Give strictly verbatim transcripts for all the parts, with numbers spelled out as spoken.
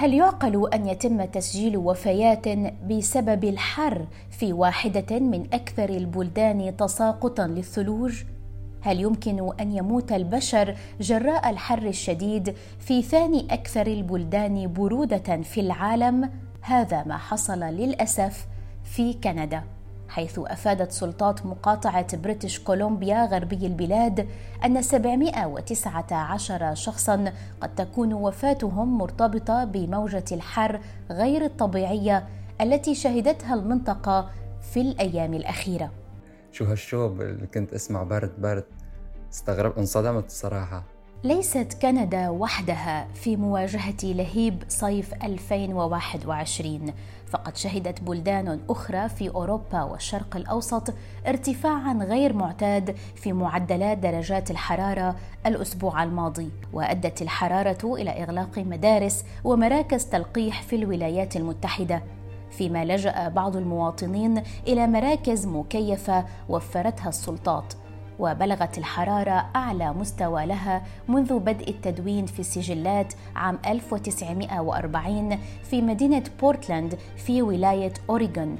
هل يعقل أن يتم تسجيل وفيات بسبب الحر في واحدة من أكثر البلدان تساقطاً للثلوج؟ هل يمكن أن يموت البشر جراء الحر الشديد في ثاني أكثر البلدان برودة في العالم؟ هذا ما حصل للأسف في كندا، حيث أفادت سلطات مقاطعة بريتش كولومبيا غربي البلاد أن سبعمائة وتسعة عشر شخصاً قد تكون وفاتهم مرتبطة بموجة الحر غير الطبيعية التي شهدتها المنطقة في الأيام الأخيرة. شو هالشوب اللي كنت اسمع برد برد، استغرب انصدمت الصراحة. ليست كندا وحدها في مواجهة لهيب صيف ألفين وواحد وعشرين، فقد شهدت بلدان أخرى في أوروبا والشرق الأوسط ارتفاعاً غير معتاد في معدلات درجات الحرارة الأسبوع الماضي، وأدت الحرارة إلى إغلاق مدارس ومراكز تلقيح في الولايات المتحدة، فيما لجأ بعض المواطنين إلى مراكز مكيفة وفرتها السلطات. وبلغت الحرارة أعلى مستوى لها منذ بدء التدوين في السجلات عام ألف وتسعمائة وأربعين في مدينة بورتلاند في ولاية أوريغون،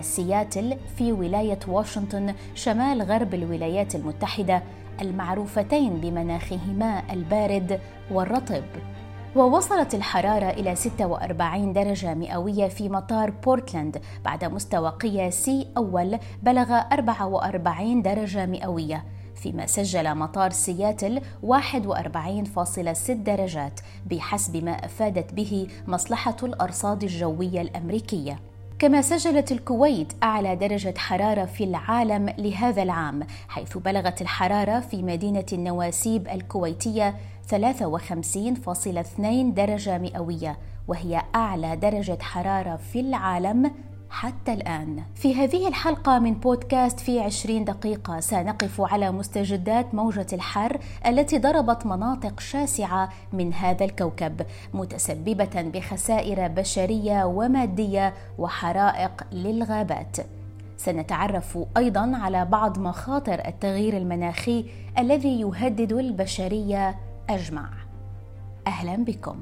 وسياتل في ولاية واشنطن شمال غرب الولايات المتحدة، المعروفتين بمناخهما البارد والرطب. ووصلت الحرارة إلى ستة وأربعين درجة مئوية في مطار بورتلاند بعد مستوى قياسي أول بلغ أربعة وأربعين درجة مئوية، فيما سجل مطار سياتل واحد وأربعين فاصلة ستة درجات بحسب ما أفادت به مصلحة الأرصاد الجوية الأمريكية. كما سجلت الكويت أعلى درجة حرارة في العالم لهذا العام، حيث بلغت الحرارة في مدينة النواسيب الكويتية ثلاثة وخمسين فاصلة اثنين درجة مئوية، وهي أعلى درجة حرارة في العالم حتى الآن. في هذه الحلقة من بودكاست في عشرين دقيقة سنقف على مستجدات موجة الحر التي ضربت مناطق شاسعة من هذا الكوكب، متسببة بخسائر بشرية ومادية وحرائق للغابات. سنتعرف أيضاً على بعض مخاطر التغيير المناخي الذي يهدد البشرية أجمع. أهلاً بكم.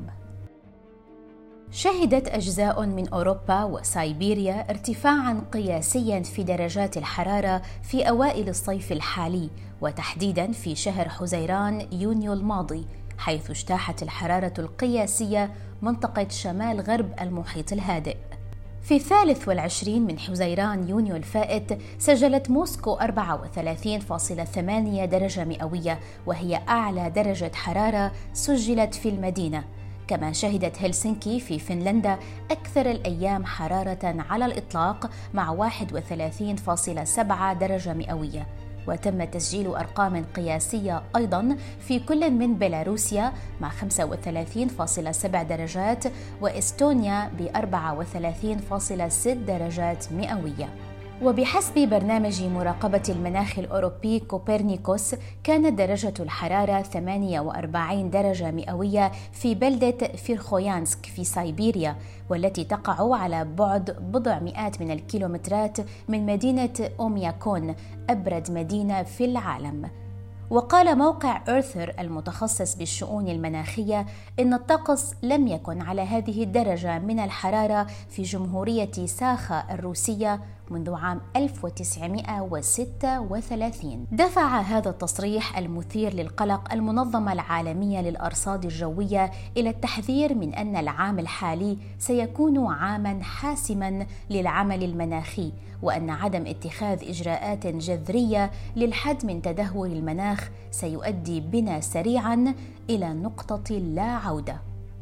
شهدت أجزاء من أوروبا وسيبيريا ارتفاعاً قياسياً في درجات الحرارة في أوائل الصيف الحالي، وتحديداً في شهر حزيران يونيو الماضي، حيث اجتاحت الحرارة القياسية منطقة شمال غرب المحيط الهادئ. في الثالث والعشرين من حزيران يونيو الفائت سجلت موسكو أربعة وثلاثين فاصلة ثمانية درجة مئوية، وهي أعلى درجة حرارة سجلت في المدينة. كما شهدت هلسنكي في فنلندا أكثر الأيام حرارة على الإطلاق مع واحد وثلاثين فاصلة سبعة درجة مئوية. وتم تسجيل أرقام قياسية أيضاً في كل من بيلاروسيا مع خمسة وثلاثين فاصلة سبعة درجات وإستونيا ب أربعة وثلاثين فاصلة ستة درجات مئوية. وبحسب برنامج مراقبة المناخ الأوروبي كوبرنيكوس، كانت درجة الحرارة ثمانية وأربعين درجة مئوية في بلدة فيرخويانسك في سيبيريا، والتي تقع على بعد بضع مئات من الكيلومترات من مدينة أومياكون، أبرد مدينة في العالم. وقال موقع إيرثر المتخصص بالشؤون المناخية إن الطقس لم يكن على هذه الدرجة من الحرارة في جمهورية ساخا الروسية منذ عام ألف وتسعمائة وستة وثلاثين. دفع هذا التصريح المثير للقلق المنظمة العالمية للأرصاد الجوية إلى التحذير من أن العام الحالي سيكون عاماً حاسماً للعمل المناخي، وأن عدم اتخاذ إجراءات جذرية للحد من تدهور المناخ سيؤدي بنا سريعاً إلى نقطة لا عودة.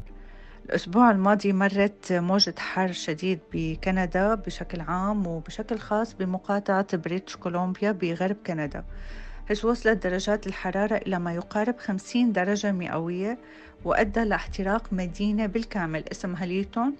الأسبوع الماضي مرت موجة حر شديد بكندا بشكل عام وبشكل خاص بمقاطعة بريتش كولومبيا بغرب كندا، حيث وصلت درجات الحرارة إلى ما يقارب خمسين درجة مئوية، وأدى لاحتراق مدينة بالكامل اسمها ليتون،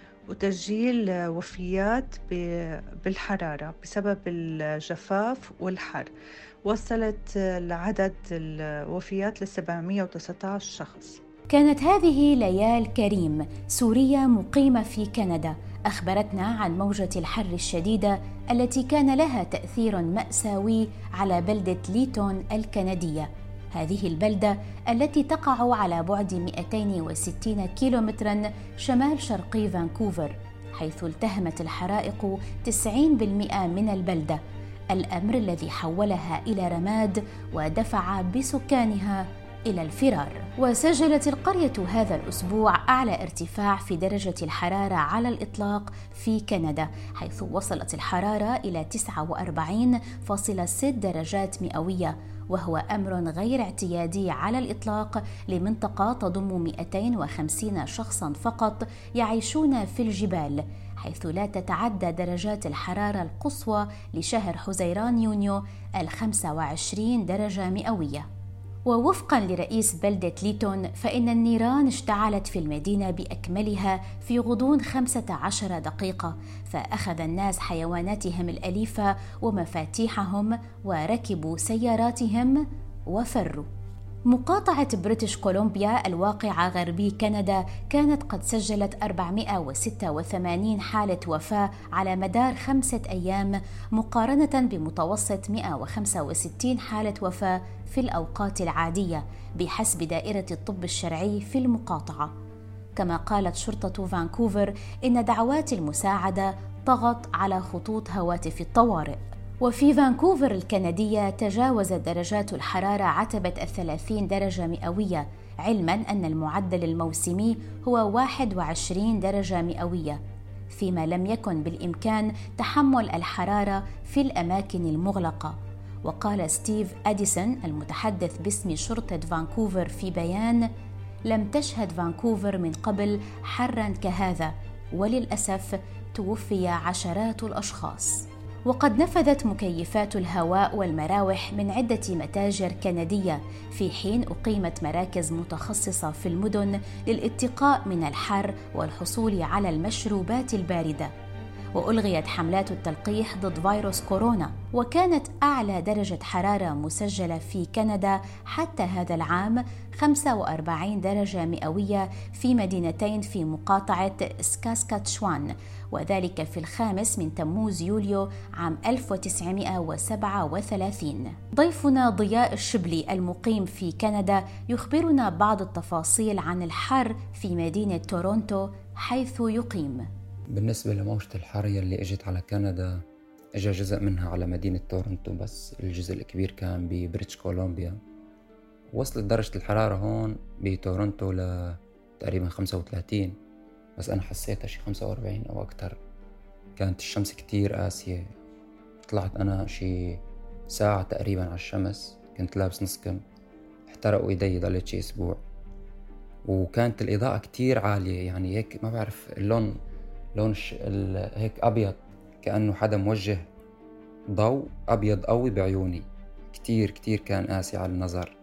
وتسجيل وفيات بالحرارة بسبب الجفاف والحر. وصلت لعدد الوفيات ل سبعمائة وتسعة عشر شخص. كانت هذه ليال كريم، سورية مقيمة في كندا، أخبرتنا عن موجة الحر الشديدة التي كان لها تأثير مأساوي على بلدة ليتون الكندية، هذه البلدة التي تقع على بعد مئتين وستين كيلومتراً شمال شرقي فانكوفر، حيث التهمت الحرائق تسعين بالمئة من البلدة، الأمر الذي حولها إلى رماد ودفع بسكانها إلى الفرار. وسجلت القرية هذا الأسبوع أعلى ارتفاع في درجة الحرارة على الإطلاق في كندا، حيث وصلت الحرارة إلى تسعة وأربعين فاصلة ستة درجات مئوية، وهو أمر غير اعتيادي على الإطلاق لمنطقة تضم مئتين وخمسين شخصاً فقط يعيشون في الجبال، حيث لا تتعدى درجات الحرارة القصوى لشهر حزيران يونيو الخمسة وعشرين درجة مئوية. ووفقاً لرئيس بلدة ليتون، فإن النيران اشتعلت في المدينة بأكملها في غضون خمسة عشر دقيقة، فأخذ الناس حيواناتهم الأليفة ومفاتيحهم وركبوا سياراتهم وفروا. مقاطعة بريتش كولومبيا الواقعة غربي كندا كانت قد سجلت أربعمئة وستة وثمانين حالة وفاة على مدار خمسة أيام، مقارنة بمتوسط مئة وخمسة وستين حالة وفاة في الأوقات العادية بحسب دائرة الطب الشرعي في المقاطعة. كما قالت شرطة فانكوفر إن دعوات المساعدة طغت على خطوط هواتف الطوارئ. وفي فانكوفر الكندية تجاوزت درجات الحرارة عتبة الثلاثين درجة مئوية، علماً أن المعدل الموسمي هو واحد وعشرين درجة مئوية، فيما لم يكن بالإمكان تحمل الحرارة في الأماكن المغلقة. وقال ستيف أديسون المتحدث باسم شرطة فانكوفر في بيان: لم تشهد فانكوفر من قبل حراً كهذا، وللأسف توفي عشرات الأشخاص. وقد نفذت مكيفات الهواء والمراوح من عدة متاجر كندية، في حين أقيمت مراكز متخصصة في المدن للاتقاء من الحر والحصول على المشروبات الباردة. وألغيت حملات التلقيح ضد فيروس كورونا، وكانت أعلى درجة حرارة مسجلة في كندا حتى هذا العام خمسة وأربعين درجة مئوية في مدينتين في مقاطعة سكاسكاتشوان، وذلك في الخامس من تموز يوليو عام ألف وتسعمئة وسبعة وثلاثين. ضيفنا ضياء الشبلي المقيم في كندا يخبرنا بعض التفاصيل عن الحر في مدينة تورونتو حيث يقيم. بالنسبة لموجة الحر اللي اجت على كندا، اجى جزء منها على مدينة تورنتو، بس الجزء الكبير كان ببريتش كولومبيا. وصلت درجة الحرارة هون بتورنتو لتقريبا خمسة وثلاثين، بس أنا حسيتها شي خمسة وأربعين أو أكتر. كانت الشمس كتير قاسية، طلعت أنا شي ساعة تقريبا على الشمس، كنت لابس نص كم، احترقوا إيدي، ضلت شي أسبوع. وكانت الإضاءة كتير عالية، يعني هيك ما بعرف اللون لون هيك أبيض، كأنه حدا موجه ضوء أبيض قوي بعيوني، كتير كتير كان قاسي على النظر.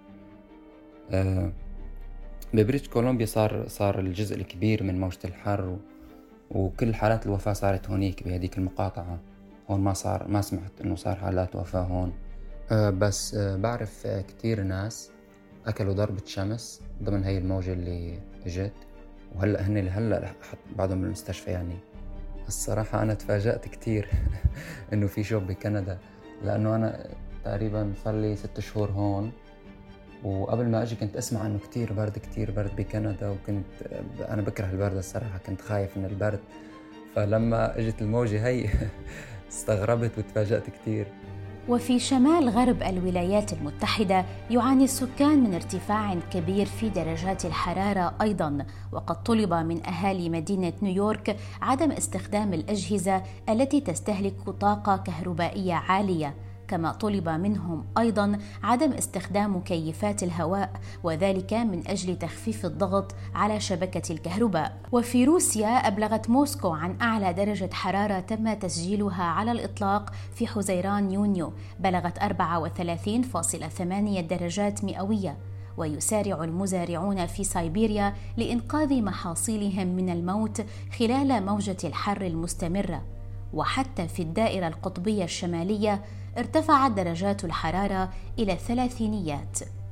أه ببريتش كولومبيا صار صار الجزء الكبير من موجة الحر، وكل حالات الوفاة صارت هونيك بهديك المقاطعة. هون ما صار ما سمعت إنه صار حالات وفاة هون. أه بس أه بعرف كتير ناس أكلوا ضربة شمس ضمن هاي الموجة اللي اجت، وهلأ هن اللي هلأ بعضهم بالمستشفى. يعني الصراحة أنا تفاجأت كتير إنه في شوب بكندا، لأنه أنا تقريبا صار لي ست شهور هون، وقبل ما أجي كنت أسمع إنه كتير برد كتير برد بكندا، وكنت أنا بكره البرد الصراحة، كنت خايف من البرد. فلما أجت الموجة هي استغربت وتفاجأت كتير. وفي شمال غرب الولايات المتحدة يعاني السكان من ارتفاع كبير في درجات الحرارة أيضاً، وقد طلب من أهالي مدينة نيويورك عدم استخدام الأجهزة التي تستهلك طاقة كهربائية عالية، كما طلب منهم أيضاً عدم استخدام مكيفات الهواء، وذلك من أجل تخفيف الضغط على شبكة الكهرباء. وفي روسيا أبلغت موسكو عن أعلى درجة حرارة تم تسجيلها على الإطلاق في حزيران يونيو، بلغت أربعة وثلاثين فاصلة ثمانية درجات مئوية. ويسارع المزارعون في سيبيريا لإنقاذ محاصيلهم من الموت خلال موجة الحر المستمرة. وحتى في الدائرة القطبية الشمالية ارتفعت درجات الحرارة إلى الثلاثينيات.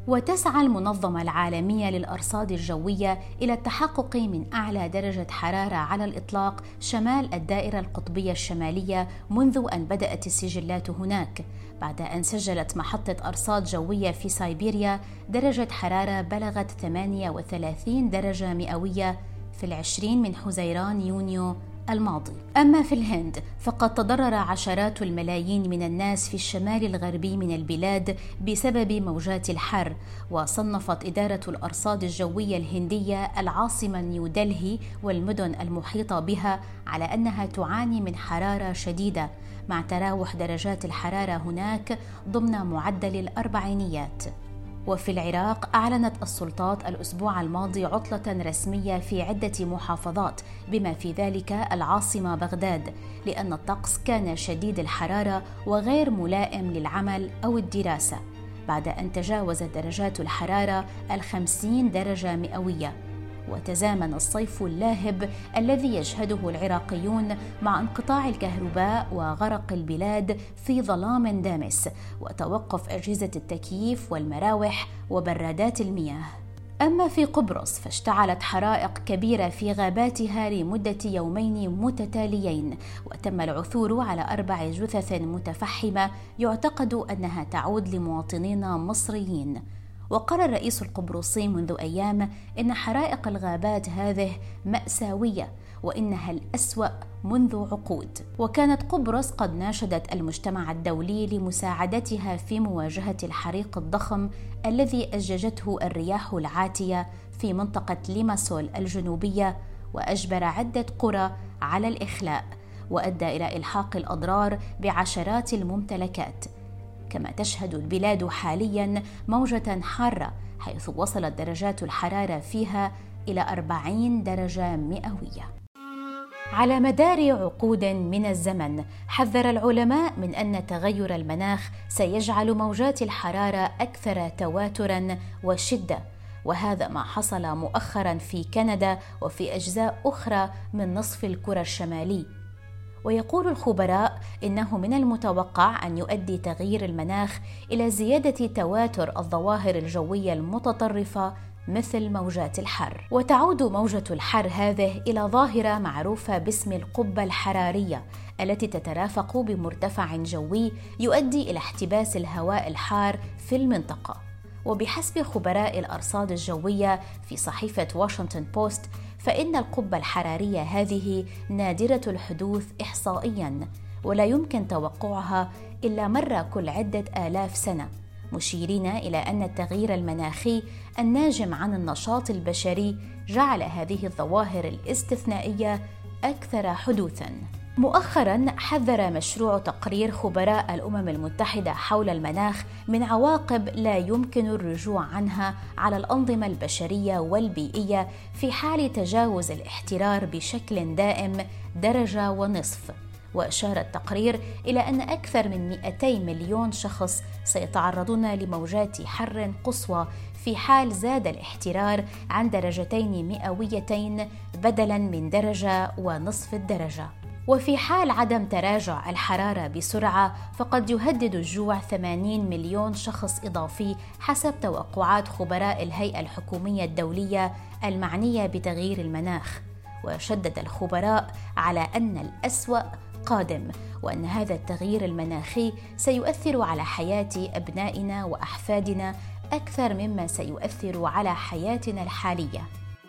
وتسعى المنظمة العالمية للأرصاد الجوية إلى التحقق من أعلى درجة حرارة على الإطلاق شمال الدائرة القطبية الشمالية منذ أن بدأت السجلات هناك، بعد أن سجلت محطة أرصاد جوية في سيبيريا درجة حرارة بلغت ثمانية وثلاثين درجة مئوية في العشرين من حزيران يونيو الماضي. أما في الهند فقد تضرر عشرات الملايين من الناس في الشمال الغربي من البلاد بسبب موجات الحر، وصنفت إدارة الأرصاد الجوية الهندية العاصمة نيودلهي والمدن المحيطة بها على أنها تعاني من حرارة شديدة، مع تراوح درجات الحرارة هناك ضمن معدل الأربعينيات. وفي العراق أعلنت السلطات الأسبوع الماضي عطلة رسمية في عدة محافظات بما في ذلك العاصمة بغداد، لأن الطقس كان شديد الحرارة وغير ملائم للعمل أو الدراسة، بعد أن تجاوزت درجات الحرارة الخمسين درجة مئوية. وتزامن الصيف اللاهب الذي يشهده العراقيون مع انقطاع الكهرباء وغرق البلاد في ظلام دامس وتوقف أجهزة التكييف والمراوح وبرادات المياه. أما في قبرص فاشتعلت حرائق كبيرة في غاباتها لمدة يومين متتاليين، وتم العثور على أربع جثث متفحمة يعتقد أنها تعود لمواطنين مصريين. وقال الرئيس القبرصي منذ أيام إن حرائق الغابات هذه مأساوية وإنها الأسوأ منذ عقود. وكانت قبرص قد ناشدت المجتمع الدولي لمساعدتها في مواجهة الحريق الضخم الذي أججته الرياح العاتية في منطقة ليماسول الجنوبية، وأجبر عدة قرى على الإخلاء، وأدى إلى إلحاق الأضرار بعشرات الممتلكات. كما تشهد البلاد حالياً موجة حارة حيث وصلت درجات الحرارة فيها إلى أربعين درجة مئوية. على مدار عقود من الزمن حذر العلماء من أن تغير المناخ سيجعل موجات الحرارة أكثر تواتراً وشدة، وهذا ما حصل مؤخراً في كندا وفي أجزاء أخرى من نصف الكرة الشمالي. ويقول الخبراء إنه من المتوقع أن يؤدي تغيير المناخ إلى زيادة تواتر الظواهر الجوية المتطرفة مثل موجات الحر. وتعود موجة الحر هذه إلى ظاهرة معروفة باسم القبة الحرارية التي تترافق بمرتفع جوي يؤدي إلى احتباس الهواء الحار في المنطقة. وبحسب خبراء الأرصاد الجوية في صحيفة واشنطن بوست فإن القبة الحرارية هذه نادرة الحدوث إحصائياً، ولا يمكن توقعها إلا مرة كل عدة آلاف سنة، مشيرين إلى أن التغيير المناخي الناجم عن النشاط البشري جعل هذه الظواهر الاستثنائية أكثر حدوثاً. مؤخراً حذر مشروع تقرير خبراء الأمم المتحدة حول المناخ من عواقب لا يمكن الرجوع عنها على الأنظمة البشرية والبيئية في حال تجاوز الاحترار بشكل دائم درجة ونصف. وأشار التقرير إلى أن أكثر من مئتي مليون شخص سيتعرضون لموجات حر قصوى في حال زاد الاحترار عن درجتين مئويتين بدلاً من درجة ونصف الدرجة. وفي حال عدم تراجع الحرارة بسرعة فقد يهدد الجوع ثمانين مليون شخص إضافي حسب توقعات خبراء الهيئة الحكومية الدولية المعنية بتغيير المناخ. وشدد الخبراء على أن الأسوأ قادم، وأن هذا التغيير المناخي سيؤثر على حياة أبنائنا وأحفادنا أكثر مما سيؤثر على حياتنا الحالية.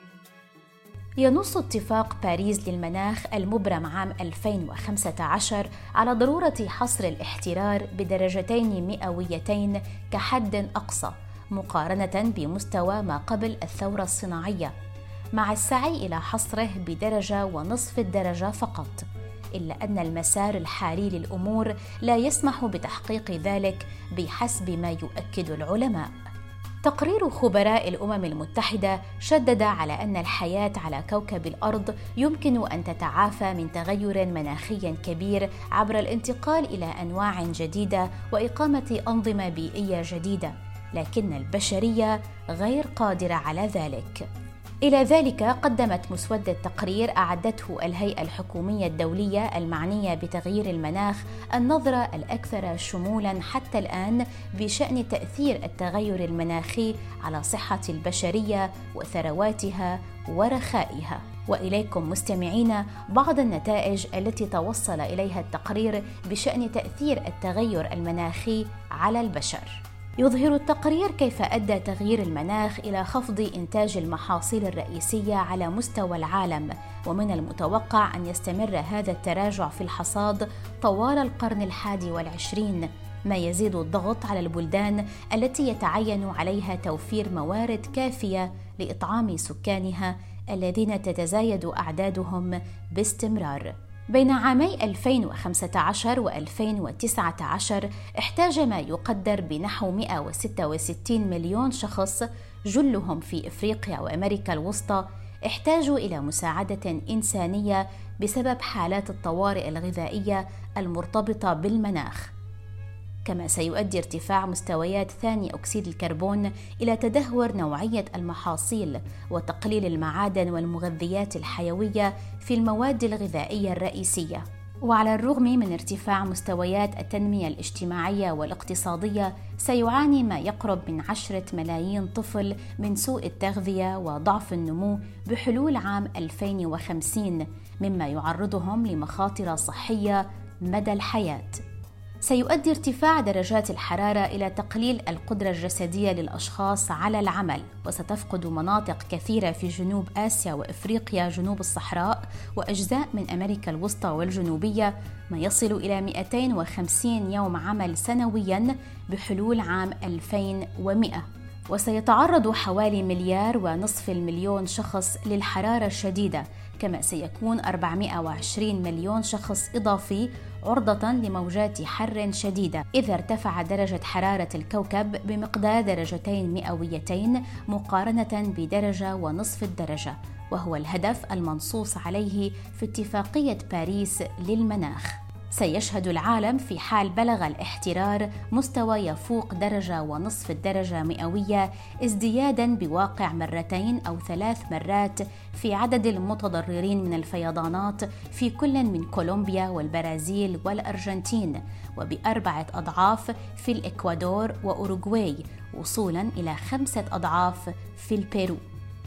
ينص اتفاق باريس للمناخ المبرم عام ألفين وخمسة عشر على ضرورة حصر الاحترار بدرجتين مئويتين كحد أقصى مقارنة بمستوى ما قبل الثورة الصناعية، مع السعي إلى حصره بدرجة ونصف الدرجة فقط، إلا أن المسار الحالي للأمور لا يسمح بتحقيق ذلك بحسب ما يؤكد العلماء. تقرير خبراء الأمم المتحدة شدد على أن الحياة على كوكب الأرض يمكن أن تتعافى من تغير مناخي كبير عبر الانتقال إلى أنواع جديدة وإقامة أنظمة بيئية جديدة، لكن البشرية غير قادرة على ذلك. إلى ذلك قدمت مسودة تقرير أعدته الهيئة الحكومية الدولية المعنية بتغيير المناخ النظرة الأكثر شمولاً حتى الآن بشأن تأثير التغير المناخي على صحة البشرية وثرواتها ورخائها. وإليكم مستمعين بعض النتائج التي توصل إليها التقرير بشأن تأثير التغير المناخي على البشر. يظهر التقرير كيف أدى تغيير المناخ إلى خفض إنتاج المحاصيل الرئيسية على مستوى العالم، ومن المتوقع أن يستمر هذا التراجع في الحصاد طوال القرن الحادي والعشرين، ما يزيد الضغط على البلدان التي يتعين عليها توفير موارد كافية لإطعام سكانها الذين تتزايد أعدادهم باستمرار. بين عامي ألفين وخمسة عشر وألفين وتسعة عشر احتاج ما يقدر بنحو مئة وستة وستين مليون شخص، جلهم في إفريقيا وأمريكا الوسطى، احتاجوا إلى مساعدة إنسانية بسبب حالات الطوارئ الغذائية المرتبطة بالمناخ. كما سيؤدي ارتفاع مستويات ثاني أكسيد الكربون إلى تدهور نوعية المحاصيل وتقليل المعادن والمغذيات الحيوية في المواد الغذائية الرئيسية. وعلى الرغم من ارتفاع مستويات التنمية الاجتماعية والاقتصادية، سيعاني ما يقرب من عشرة ملايين طفل من سوء التغذية وضعف النمو بحلول عام ألفين وخمسين، مما يعرضهم لمخاطر صحية مدى الحياة. سيؤدي ارتفاع درجات الحرارة إلى تقليل القدرة الجسدية للأشخاص على العمل، وستفقد مناطق كثيرة في جنوب آسيا وإفريقيا جنوب الصحراء وأجزاء من أمريكا الوسطى والجنوبية ما يصل إلى مئتين وخمسين يوم عمل سنوياً بحلول عام ألفين ومئة. وسيتعرض حوالي مليار ونصف المليون شخص للحرارة الشديدة، كما سيكون أربعمئة وعشرين مليون شخص إضافي عرضة لموجات حر شديدة إذا ارتفع درجة حرارة الكوكب بمقدار درجتين مئويتين مقارنة بدرجة ونصف الدرجة، وهو الهدف المنصوص عليه في اتفاقية باريس للمناخ. سيشهد العالم في حال بلغ الاحترار مستوى يفوق درجة ونصف الدرجة مئوية ازدياداً بواقع مرتين أو ثلاث مرات في عدد المتضررين من الفيضانات في كل من كولومبيا والبرازيل والأرجنتين، وبأربعة أضعاف في الإكوادور وأوروغواي، وصولاً إلى خمسة أضعاف في البيرو.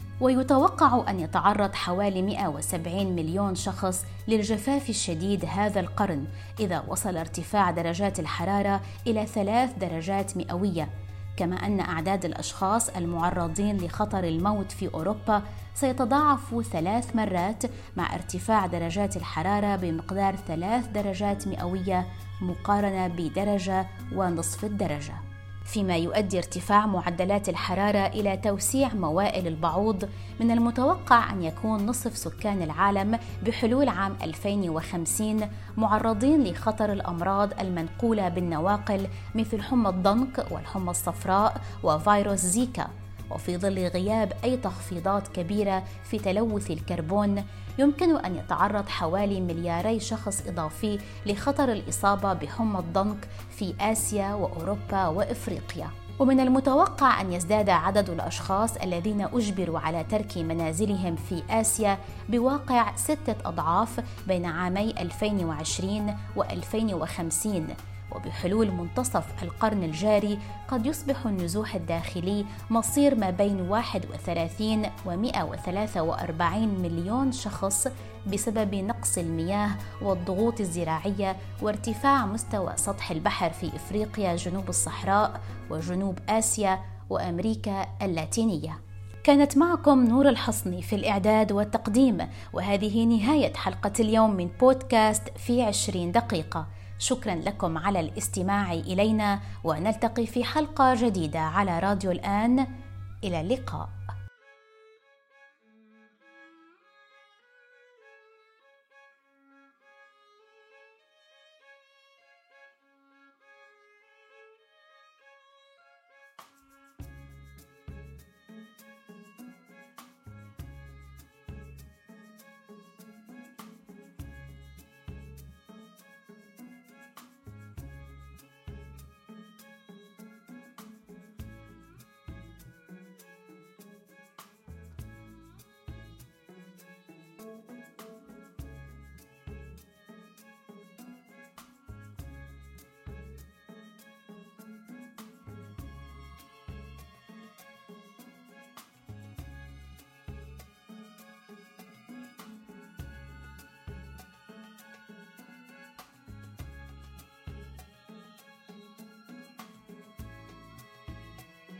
ويتوقع أن يتعرض حوالي مئة وسبعين مليون شخص للجفاف الشديد هذا القرن إذا وصل ارتفاع درجات الحرارة إلى ثلاث درجات مئوية، كما أن أعداد الأشخاص المعرضين لخطر الموت في أوروبا سيتضاعف ثلاث مرات مع ارتفاع درجات الحرارة بمقدار ثلاث درجات مئوية مقارنة بدرجة ونصف الدرجة. فيما يؤدي ارتفاع معدلات الحرارة إلى توسيع موائل البعوض، من المتوقع أن يكون نصف سكان العالم بحلول عام ألفين وخمسين معرضين لخطر الأمراض المنقولة بالنواقل مثل حمى الضنك والحمى الصفراء وفيروس زيكا. وفي ظل غياب أي تخفيضات كبيرة في تلوث الكربون، يمكن أن يتعرض حوالي ملياري شخص إضافي لخطر الإصابة بحمى الضنك في آسيا وأوروبا وإفريقيا. ومن المتوقع أن يزداد عدد الأشخاص الذين أجبروا على ترك منازلهم في آسيا بواقع ستة أضعاف بين عامي ألفين وعشرين وألفين وخمسين. وبحلول منتصف القرن الجاري قد يصبح النزوح الداخلي مصير ما بين واحد وثلاثين ومئة وثلاثة وأربعين مليون شخص بسبب نقص المياه والضغوط الزراعية وارتفاع مستوى سطح البحر في إفريقيا جنوب الصحراء وجنوب آسيا وأمريكا اللاتينية. كانت معكم نور الحصني في الإعداد والتقديم، وهذه نهاية حلقة اليوم من بودكاست في عشرين دقيقة. شكرا لكم على الاستماع إلينا، ونلتقي في حلقة جديدة على راديو الآن. إلى اللقاء.